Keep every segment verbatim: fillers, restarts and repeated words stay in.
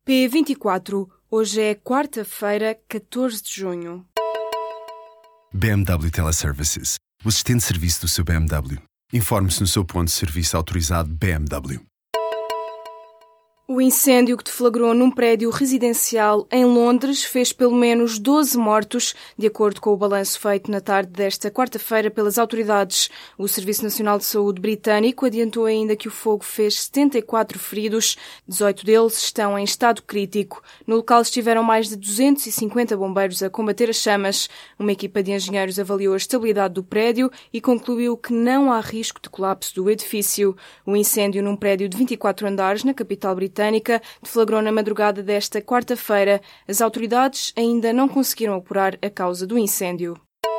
P vinte e quatro. Hoje é quarta-feira, catorze de junho. B M W Teleservices, o assistente de serviço do seu B M W. Informe-se no seu ponto de serviço autorizado B M W. O incêndio que deflagrou num prédio residencial em Londres fez pelo menos doze mortos, de acordo com o balanço feito na tarde desta quarta-feira pelas autoridades. O Serviço Nacional de Saúde britânico adiantou ainda que o fogo fez setenta e quatro feridos, dezoito deles estão em estado crítico. No local estiveram mais de duzentos e cinquenta bombeiros a combater as chamas. Uma equipa de engenheiros avaliou a estabilidade do prédio e concluiu que não há risco de colapso do edifício. O incêndio num prédio de vinte e quatro andares na capital britânica deflagrou na madrugada desta quarta-feira. As autoridades ainda não conseguiram apurar a causa do incêndio.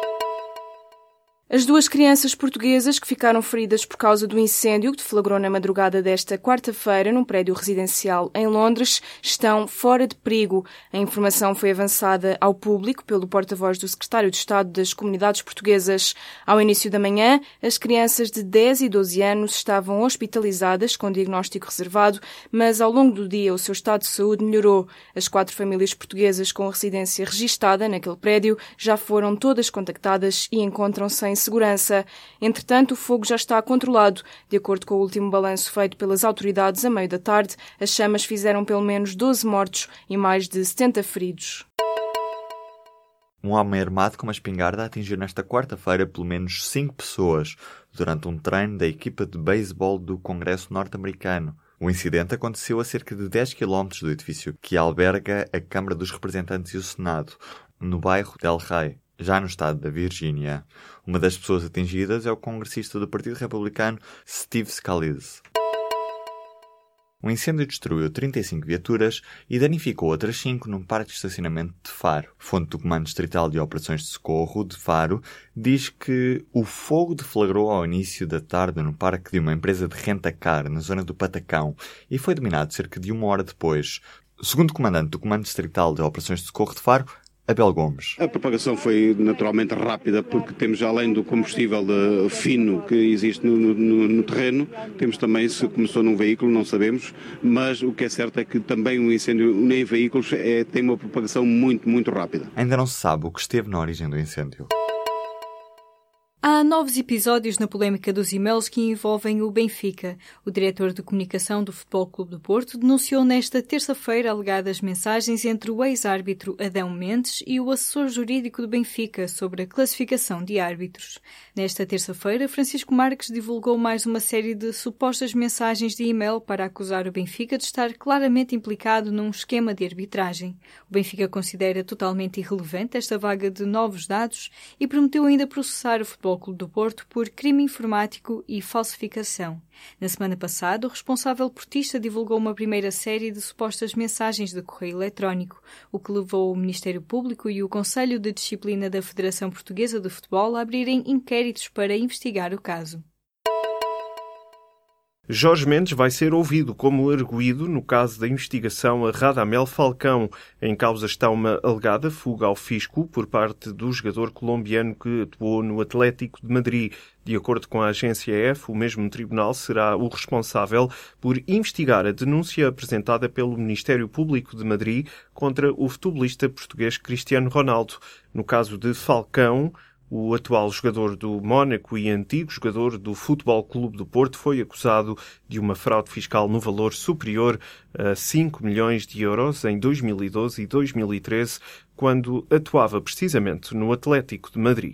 As duas crianças portuguesas que ficaram feridas por causa do incêndio que deflagrou na madrugada desta quarta-feira num prédio residencial em Londres estão fora de perigo. A informação foi avançada ao público pelo porta-voz do secretário de Estado das Comunidades Portuguesas. Ao início da manhã, as crianças de dez e doze anos estavam hospitalizadas com diagnóstico reservado, mas ao longo do dia o seu estado de saúde melhorou. As quatro famílias portuguesas com residência registada naquele prédio já foram todas contactadas e encontram-se em segurança. Entretanto, o fogo já está controlado. De acordo com o último balanço feito pelas autoridades a meio da tarde, as chamas fizeram pelo menos doze mortos e mais de setenta feridos. Um homem armado com uma espingarda atingiu nesta quarta-feira pelo menos cinco pessoas durante um treino da equipa de beisebol do Congresso norte-americano. O incidente aconteceu a cerca de dez quilómetros do edifício que alberga a Câmara dos Representantes e o Senado, no bairro Del Rey, já no estado da Virgínia. Uma das pessoas atingidas é o congressista do Partido Republicano Steve Scalise. O incêndio destruiu trinta e cinco viaturas e danificou outras cinco num parque de estacionamento de Faro. Fonte do Comando Distrital de Operações de Socorro de Faro diz que o fogo deflagrou ao início da tarde no parque de uma empresa de renta-car na zona do Patacão e foi dominado cerca de uma hora depois. Segundo o comandante do Comando Distrital de Operações de Socorro de Faro, Abel Gomes. A propagação foi naturalmente rápida porque temos, além do combustível de, fino que existe no, no, no terreno, temos também, se começou num veículo, não sabemos, mas o que é certo é que também um incêndio em veículos é, tem uma propagação muito, muito rápida. Ainda não se sabe o que esteve na origem do incêndio. Há novos episódios na polémica dos e-mails que envolvem o Benfica. O diretor de comunicação do Futebol Clube do Porto denunciou nesta terça-feira alegadas mensagens entre o ex-árbitro Adão Mendes e o assessor jurídico do Benfica sobre a classificação de árbitros. Nesta terça-feira, Francisco Marques divulgou mais uma série de supostas mensagens de e-mail para acusar o Benfica de estar claramente implicado num esquema de arbitragem. O Benfica considera totalmente irrelevante esta vaga de novos dados e prometeu ainda processar o Futebol Clube do Porto por crime informático e falsificação. Na semana passada, o responsável portista divulgou uma primeira série de supostas mensagens de correio eletrónico, o que levou o Ministério Público e o Conselho de Disciplina da Federação Portuguesa de Futebol a abrirem inquéritos para investigar o caso. Jorge Mendes vai ser ouvido como arguido no caso da investigação a Radamel Falcão. Em causa está uma alegada fuga ao fisco por parte do jogador colombiano que atuou no Atlético de Madrid. De acordo com a agência E F, o mesmo tribunal será o responsável por investigar a denúncia apresentada pelo Ministério Público de Madrid contra o futebolista português Cristiano Ronaldo. No caso de Falcão, o atual jogador do Mónaco e antigo jogador do Futebol Clube do Porto foi acusado de uma fraude fiscal no valor superior a cinco milhões de euros em dois mil e doze e dois mil e treze, quando atuava precisamente no Atlético de Madrid.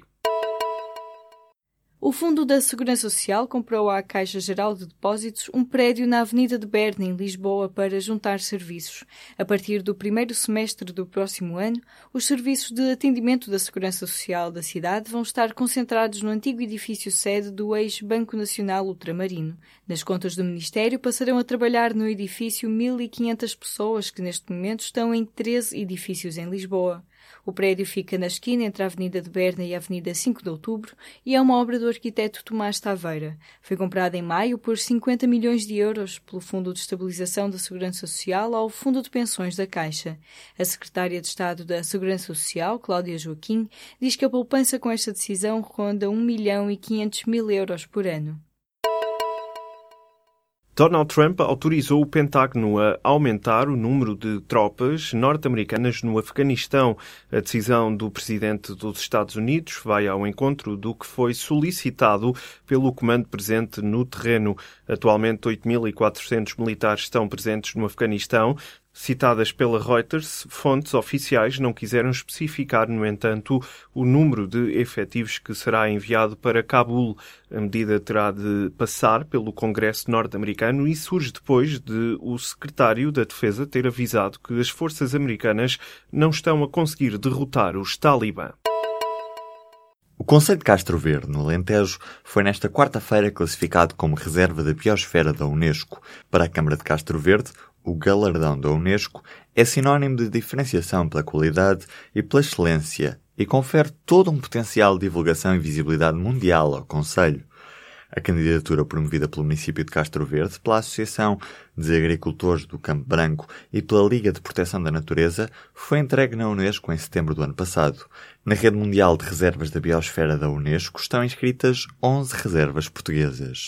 O Fundo da Segurança Social comprou à Caixa Geral de Depósitos um prédio na Avenida de Berna, em Lisboa, para juntar serviços. A partir do primeiro semestre do próximo ano, os serviços de atendimento da Segurança Social da cidade vão estar concentrados no antigo edifício sede do ex-Banco Nacional Ultramarino. Nas contas do Ministério passarão a trabalhar no edifício mil e quinhentas pessoas que neste momento estão em treze edifícios em Lisboa. O prédio fica na esquina entre a Avenida de Berna e a Avenida cinco de Outubro e é uma obra do arquiteto Tomás Taveira. Foi comprada em maio por cinquenta milhões de euros pelo Fundo de Estabilização da Segurança Social ao Fundo de Pensões da Caixa. A secretária de Estado da Segurança Social, Cláudia Joaquim, diz que a poupança com esta decisão ronda um milhão e quinhentos mil euros por ano. Donald Trump autorizou o Pentágono a aumentar o número de tropas norte-americanas no Afeganistão. A decisão do presidente dos Estados Unidos vai ao encontro do que foi solicitado pelo comando presente no terreno. Atualmente, oito mil e quatrocentos militares estão presentes no Afeganistão. Citadas pela Reuters, fontes oficiais não quiseram especificar, no entanto, o número de efetivos que será enviado para Cabul. A medida terá de passar pelo Congresso norte-americano e surge depois de o secretário da Defesa ter avisado que as forças americanas não estão a conseguir derrotar os Talibã. O Concelho de Castro Verde, no Alentejo, foi nesta quarta-feira classificado como reserva da biosfera da Unesco. Para a Câmara de Castro Verde, o galardão da Unesco é sinónimo de diferenciação pela qualidade e pela excelência e confere todo um potencial de divulgação e visibilidade mundial ao concelho. A candidatura promovida pelo município de Castro Verde, pela Associação de Agricultores do Campo Branco e pela Liga de Proteção da Natureza foi entregue na Unesco em setembro do ano passado. Na rede mundial de reservas da biosfera da Unesco estão inscritas onze reservas portuguesas.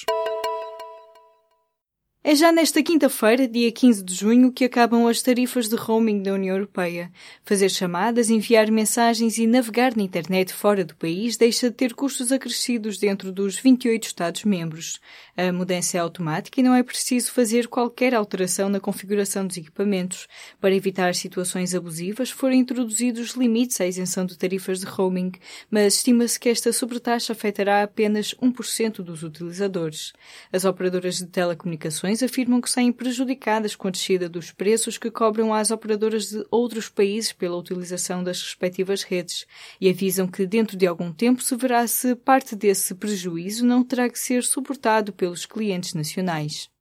É já nesta quinta-feira, dia quinze de junho, que acabam as tarifas de roaming da União Europeia. Fazer chamadas, enviar mensagens e navegar na internet fora do país deixa de ter custos acrescidos dentro dos vinte e oito Estados-membros. A mudança é automática e não é preciso fazer qualquer alteração na configuração dos equipamentos. Para evitar situações abusivas, foram introduzidos limites à isenção de tarifas de roaming, mas estima-se que esta sobretaxa afetará apenas um por cento dos utilizadores. As operadoras de telecomunicações afirmam que saem prejudicadas com a descida dos preços que cobram às operadoras de outros países pela utilização das respectivas redes e avisam que dentro de algum tempo se verá se parte desse prejuízo não terá que ser suportado pelos clientes nacionais.